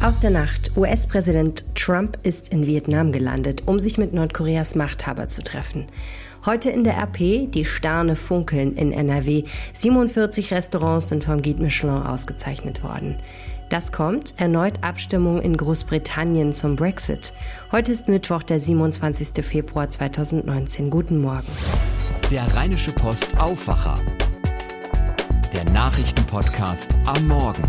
Aus der Nacht. US-Präsident Trump ist in Vietnam gelandet, um sich mit Nordkoreas Machthaber zu treffen. Heute in der RP, die Sterne funkeln in NRW. 47 Restaurants sind vom Guide Michelin ausgezeichnet worden. Das kommt, erneut Abstimmung in Großbritannien zum Brexit. Heute ist Mittwoch, der 27. Februar 2019. Guten Morgen. Der Rheinische Post Aufwacher. Der Nachrichtenpodcast am Morgen.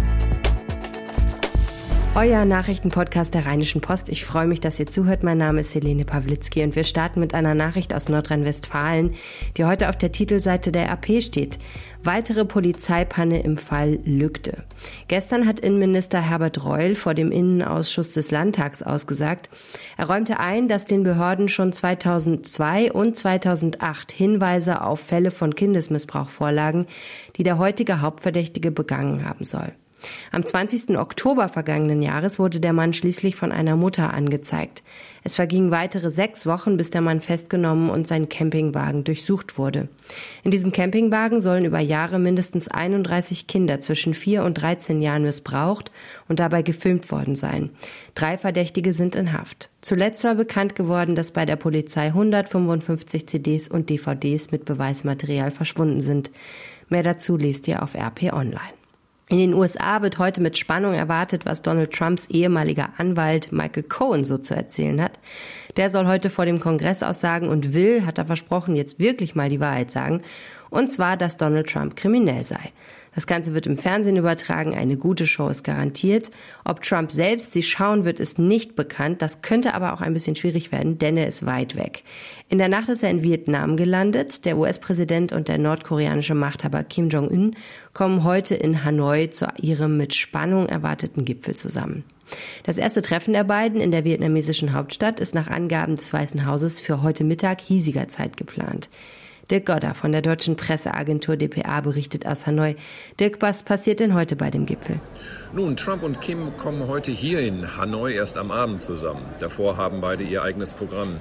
Euer Nachrichtenpodcast der Rheinischen Post. Ich freue mich, dass ihr zuhört. Mein Name ist Helene Pawlitzki und wir starten mit einer Nachricht aus Nordrhein-Westfalen, die heute auf der Titelseite der RP steht. Weitere Polizeipanne im Fall Lügde. Gestern hat Innenminister Herbert Reul vor dem Innenausschuss des Landtags ausgesagt. Er räumte ein, dass den Behörden schon 2002 und 2008 Hinweise auf Fälle von Kindesmissbrauch vorlagen, die der heutige Hauptverdächtige begangen haben soll. Am 20. Oktober vergangenen Jahres wurde der Mann schließlich von einer Mutter angezeigt. Es vergingen weitere 6 Wochen, bis der Mann festgenommen und sein Campingwagen durchsucht wurde. In diesem Campingwagen sollen über Jahre mindestens 31 Kinder zwischen 4 und 13 Jahren missbraucht und dabei gefilmt worden sein. 3 Verdächtige sind in Haft. Zuletzt war bekannt geworden, dass bei der Polizei 155 CDs und DVDs mit Beweismaterial verschwunden sind. Mehr dazu lest ihr auf RP Online. In den USA wird heute mit Spannung erwartet, was Donald Trumps ehemaliger Anwalt Michael Cohen so zu erzählen hat. Der soll heute vor dem Kongress aussagen und hat er versprochen, jetzt wirklich mal die Wahrheit sagen. Und zwar, dass Donald Trump kriminell sei. Das Ganze wird im Fernsehen übertragen, eine gute Show ist garantiert. Ob Trump selbst sie schauen wird, ist nicht bekannt. Das könnte aber auch ein bisschen schwierig werden, denn er ist weit weg. In der Nacht ist er in Vietnam gelandet. Der US-Präsident und der nordkoreanische Machthaber Kim Jong-un kommen heute in Hanoi zu ihrem mit Spannung erwarteten Gipfel zusammen. Das erste Treffen der beiden in der vietnamesischen Hauptstadt ist nach Angaben des Weißen Hauses für heute Mittag hiesiger Zeit geplant. Dirk Godder von der deutschen Presseagentur dpa berichtet aus Hanoi. Dirk, was passiert denn heute bei dem Gipfel? Nun, Trump und Kim kommen heute hier in Hanoi erst am Abend zusammen. Davor haben beide ihr eigenes Programm.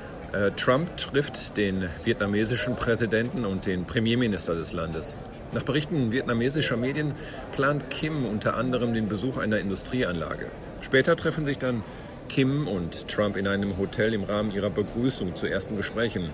Trump trifft den vietnamesischen Präsidenten und den Premierminister des Landes. Nach Berichten vietnamesischer Medien plant Kim unter anderem den Besuch einer Industrieanlage. Später treffen sich dann Kim und Trump in einem Hotel im Rahmen ihrer Begrüßung zu ersten Gesprächen.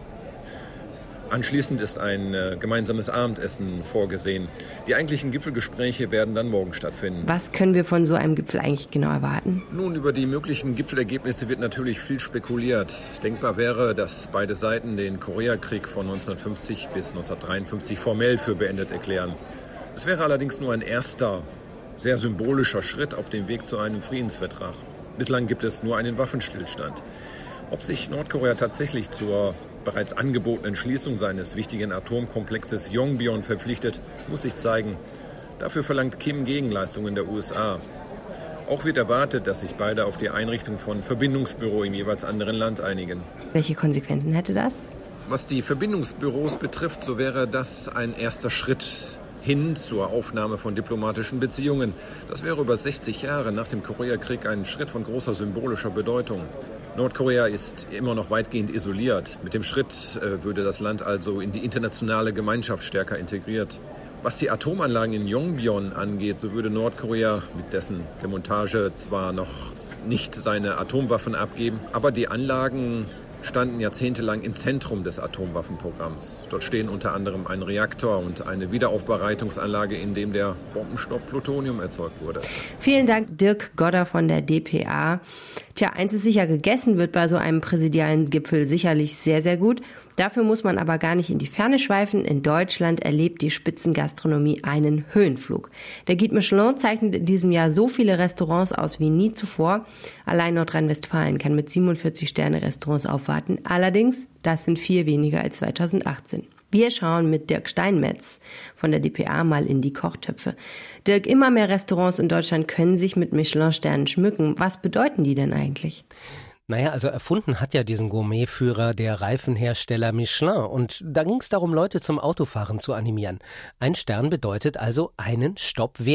Anschließend ist ein gemeinsames Abendessen vorgesehen. Die eigentlichen Gipfelgespräche werden dann morgen stattfinden. Was können wir von so einem Gipfel eigentlich genau erwarten? Nun, über die möglichen Gipfelergebnisse wird natürlich viel spekuliert. Denkbar wäre, dass beide Seiten den Koreakrieg von 1950 bis 1953 formell für beendet erklären. Es wäre allerdings nur ein erster, sehr symbolischer Schritt auf dem Weg zu einem Friedensvertrag. Bislang gibt es nur einen Waffenstillstand. Ob sich Nordkorea tatsächlich zur bereits angebotenen Schließung seines wichtigen Atomkomplexes Yongbyon verpflichtet, muss sich zeigen. Dafür verlangt Kim Gegenleistungen der USA. Auch wird erwartet, dass sich beide auf die Einrichtung von Verbindungsbüro im jeweils anderen Land einigen. Welche Konsequenzen hätte das? Was die Verbindungsbüros betrifft, so wäre das ein erster Schritt hin zur Aufnahme von diplomatischen Beziehungen. Das wäre über 60 Jahre nach dem Koreakrieg ein Schritt von großer symbolischer Bedeutung. Nordkorea ist immer noch weitgehend isoliert. Mit dem Schritt würde das Land also in die internationale Gemeinschaft stärker integriert. Was die Atomanlagen in Yongbyon angeht, so würde Nordkorea mit dessen Demontage zwar noch nicht seine Atomwaffen abgeben, aber die Anlagen standen jahrzehntelang im Zentrum des Atomwaffenprogramms. Dort stehen unter anderem ein Reaktor und eine Wiederaufbereitungsanlage, in dem der Bombenstoff Plutonium erzeugt wurde. Vielen Dank, Dirk Godder von der dpa. Tja, eins ist sicher, gegessen wird bei so einem präsidialen Gipfel sicherlich sehr, sehr gut. Dafür muss man aber gar nicht in die Ferne schweifen. In Deutschland erlebt die Spitzengastronomie einen Höhenflug. Der Guide Michelin zeichnet in diesem Jahr so viele Restaurants aus wie nie zuvor. Allein Nordrhein-Westfalen kann mit 47 Sterne-Restaurants aufwarten. Allerdings, das sind 4 weniger als 2018. Wir schauen mit Dirk Steinmetz von der dpa mal in die Kochtöpfe. Dirk, immer mehr Restaurants in Deutschland können sich mit Michelin-Sternen schmücken. Was bedeuten die denn eigentlich? Naja, also erfunden hat ja diesen Gourmetführer der Reifenhersteller Michelin. Und da ging es darum, Leute zum Autofahren zu animieren. Ein Stern bedeutet also einen Stopp wert.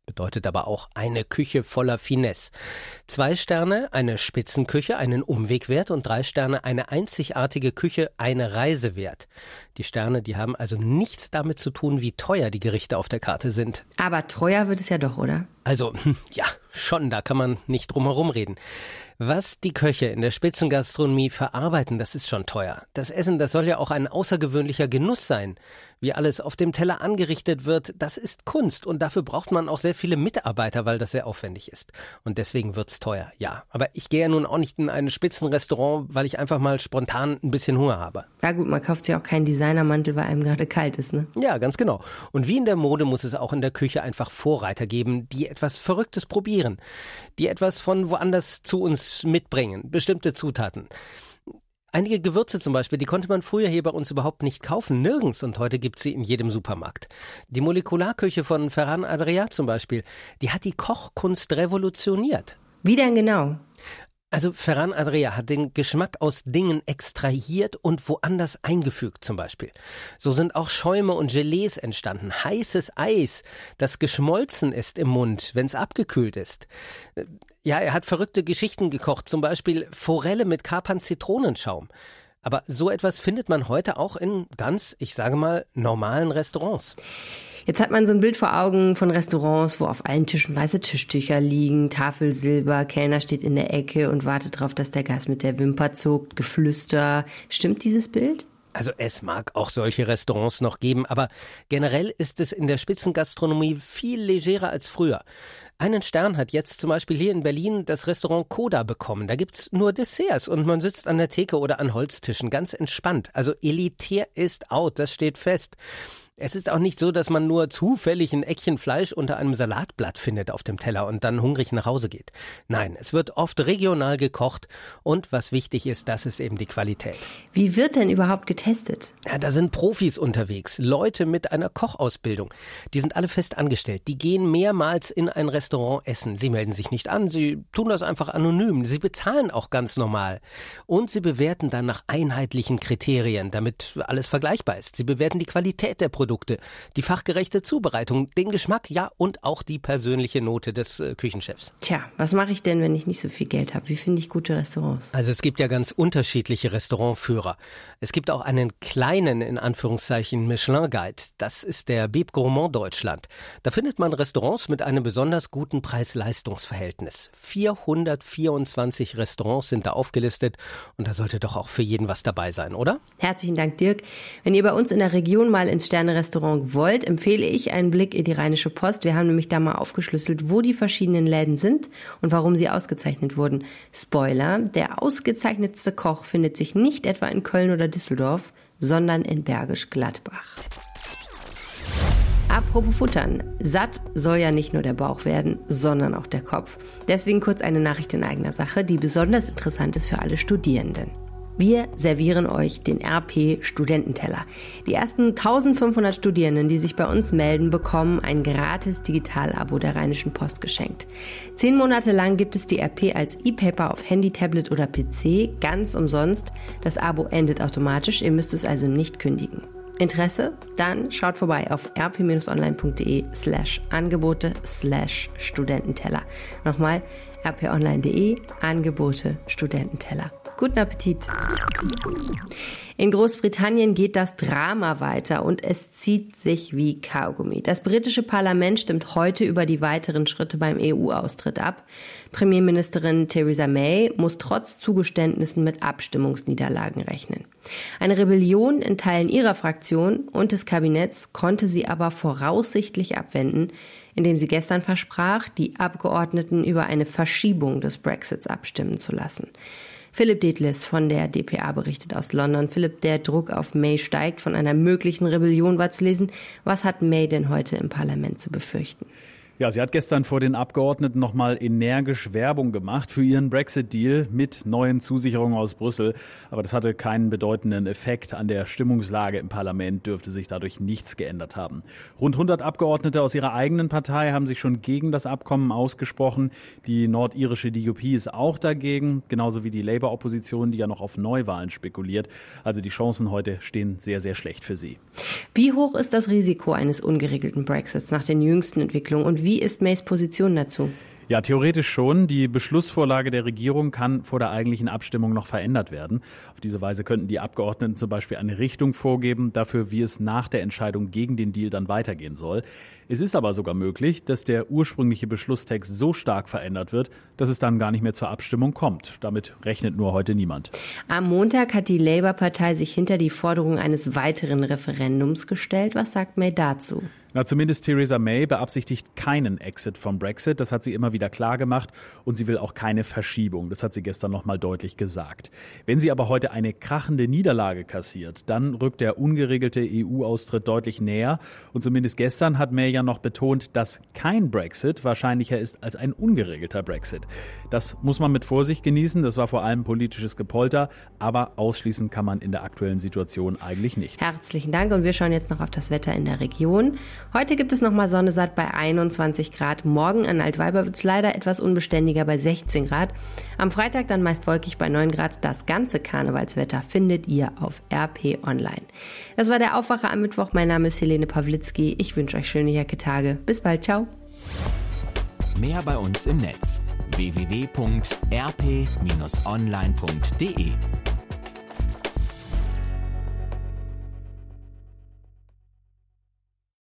bedeutet aber auch eine Küche voller Finesse. 2 Sterne, eine Spitzenküche, einen Umwegwert und 3 Sterne, eine einzigartige Küche, eine Reise wert. Die Sterne, die haben also nichts damit zu tun, wie teuer die Gerichte auf der Karte sind. Aber teuer wird es ja doch, oder? Also, ja, schon, da kann man nicht drum herum reden. Was die Köche in der Spitzengastronomie verarbeiten, das ist schon teuer. Das Essen, das soll ja auch ein außergewöhnlicher Genuss sein. Wie alles auf dem Teller angerichtet wird, das ist Kunst und dafür braucht man auch sehr viele Mitarbeiter, weil das sehr aufwendig ist. Und deswegen wird's teuer, ja. Aber ich gehe ja nun auch nicht in ein Spitzenrestaurant, weil ich einfach mal spontan ein bisschen Hunger habe. Ja gut, man kauft sich auch keinen Designermantel, weil einem gerade kalt ist, ne? Ja, ganz genau. Und wie in der Mode muss es auch in der Küche einfach Vorreiter geben, die etwas Verrücktes probieren, die etwas von woanders zu uns mitbringen, bestimmte Zutaten. Einige Gewürze zum Beispiel, die konnte man früher hier bei uns überhaupt nicht kaufen, nirgends, und heute gibt's sie in jedem Supermarkt. Die Molekularküche von Ferran Adrià zum Beispiel, die hat die Kochkunst revolutioniert. Wie denn genau? Also Ferran Adrià hat den Geschmack aus Dingen extrahiert und woanders eingefügt zum Beispiel. So sind auch Schäume und Gelees entstanden, heißes Eis, das geschmolzen ist im Mund, wenn es abgekühlt ist. Ja, er hat verrückte Geschichten gekocht, zum Beispiel Forelle mit Kapern-Zitronenschaum. Aber so etwas findet man heute auch in ganz, ich sage mal, normalen Restaurants. Jetzt hat man so ein Bild vor Augen von Restaurants, wo auf allen Tischen weiße Tischtücher liegen, Tafel Silber, Kellner steht in der Ecke und wartet darauf, dass der Gast mit der Wimper zuckt, Geflüster. Stimmt dieses Bild? Also es mag auch solche Restaurants noch geben, aber generell ist es in der Spitzengastronomie viel legerer als früher. Einen Stern hat jetzt zum Beispiel hier in Berlin das Restaurant Coda bekommen. Da gibt's nur Desserts und man sitzt an der Theke oder an Holztischen, ganz entspannt. Also elitär ist out, das steht fest. Es ist auch nicht so, dass man nur zufällig ein Eckchen Fleisch unter einem Salatblatt findet auf dem Teller und dann hungrig nach Hause geht. Nein, es wird oft regional gekocht und was wichtig ist, das ist eben die Qualität. Wie wird denn überhaupt getestet? Ja, da sind Profis unterwegs, Leute mit einer Kochausbildung. Die sind alle fest angestellt. Die gehen mehrmals in ein Restaurant essen. Sie melden sich nicht an, sie tun das einfach anonym. Sie bezahlen auch ganz normal. Und sie bewerten dann nach einheitlichen Kriterien, damit alles vergleichbar ist. Sie bewerten die Qualität der Produkte, die fachgerechte Zubereitung, den Geschmack, ja, und auch die persönliche Note des Küchenchefs. Tja, was mache ich denn, wenn ich nicht so viel Geld habe? Wie finde ich gute Restaurants? Also es gibt ja ganz unterschiedliche Restaurantführer. Es gibt auch einen kleinen, in Anführungszeichen, Michelin-Guide. Das ist der Bib Gourmand Deutschland. Da findet man Restaurants mit einem besonders guten Preis-Leistungs-Verhältnis. 424 Restaurants sind da aufgelistet und da sollte doch auch für jeden was dabei sein, oder? Herzlichen Dank, Dirk. Wenn ihr bei uns in der Region mal ins Sterne-Restaurant wollt, empfehle ich einen Blick in die Rheinische Post. Wir haben nämlich da mal aufgeschlüsselt, wo die verschiedenen Läden sind und warum sie ausgezeichnet wurden. Spoiler, der ausgezeichnetste Koch findet sich nicht etwa in Köln oder Düsseldorf, sondern in Bergisch Gladbach. Apropos Futtern. Satt soll ja nicht nur der Bauch werden, sondern auch der Kopf. Deswegen kurz eine Nachricht in eigener Sache, die besonders interessant ist für alle Studierenden. Wir servieren euch den RP-Studententeller. Die ersten 1500 Studierenden, die sich bei uns melden, bekommen ein gratis Digital-Abo der Rheinischen Post geschenkt. 10 Monate lang gibt es die RP als E-Paper auf Handy, Tablet oder PC, ganz umsonst. Das Abo endet automatisch, ihr müsst es also nicht kündigen. Interesse? Dann schaut vorbei auf rp-online.de/Angebote/Studententeller. Nochmal rponline.de/Angebote-Studententeller. Guten Appetit! In Großbritannien geht das Drama weiter und es zieht sich wie Kaugummi. Das britische Parlament stimmt heute über die weiteren Schritte beim EU-Austritt ab. Premierministerin Theresa May muss trotz Zugeständnissen mit Abstimmungsniederlagen rechnen. Eine Rebellion in Teilen ihrer Fraktion und des Kabinetts konnte sie aber voraussichtlich abwenden, indem sie gestern versprach, die Abgeordneten über eine Verschiebung des Brexits abstimmen zu lassen. Philipp Detlefs von der dpa berichtet aus London. Philipp, der Druck auf May steigt. Von einer möglichen Rebellion war zu lesen. Was hat May denn heute im Parlament zu befürchten? Ja, sie hat gestern vor den Abgeordneten nochmal energisch Werbung gemacht für ihren Brexit-Deal mit neuen Zusicherungen aus Brüssel. Aber das hatte keinen bedeutenden Effekt. An der Stimmungslage im Parlament dürfte sich dadurch nichts geändert haben. Rund 100 Abgeordnete aus ihrer eigenen Partei haben sich schon gegen das Abkommen ausgesprochen. Die nordirische DUP ist auch dagegen, genauso wie die Labour-Opposition, die ja noch auf Neuwahlen spekuliert. Also die Chancen heute stehen sehr, sehr schlecht für sie. Wie hoch ist das Risiko eines ungeregelten Brexits nach den jüngsten Entwicklungen und wie Wie ist Mays Position dazu? Ja, theoretisch schon. Die Beschlussvorlage der Regierung kann vor der eigentlichen Abstimmung noch verändert werden. Auf diese Weise könnten die Abgeordneten zum Beispiel eine Richtung vorgeben dafür, wie es nach der Entscheidung gegen den Deal dann weitergehen soll. Es ist aber sogar möglich, dass der ursprüngliche Beschlusstext so stark verändert wird, dass es dann gar nicht mehr zur Abstimmung kommt. Damit rechnet nur heute niemand. Am Montag hat die Labour-Partei sich hinter die Forderung eines weiteren Referendums gestellt. Was sagt May dazu? Zumindest Theresa May beabsichtigt keinen Exit vom Brexit. Das hat sie immer wieder klar gemacht. Und sie will auch keine Verschiebung. Das hat sie gestern noch mal deutlich gesagt. Wenn sie aber heute eine krachende Niederlage kassiert, dann rückt der ungeregelte EU-Austritt deutlich näher. Und zumindest gestern hat May ja noch betont, dass kein Brexit wahrscheinlicher ist als ein ungeregelter Brexit. Das muss man mit Vorsicht genießen. Das war vor allem politisches Gepolter. Aber ausschließen kann man in der aktuellen Situation eigentlich nichts. Herzlichen Dank. Und wir schauen jetzt noch auf das Wetter in der Region. Heute gibt es nochmal Sonne satt bei 21 Grad. Morgen an Altweiber wird es leider etwas unbeständiger bei 16 Grad. Am Freitag dann meist wolkig bei 9 Grad. Das ganze Karnevalswetter findet ihr auf RP Online. Das war der Aufwacher am Mittwoch. Mein Name ist Helene Pawlitzki. Ich wünsche euch schöne Jacke-Tage. Bis bald. Ciao. Mehr bei uns im Netz: www.rp-online.de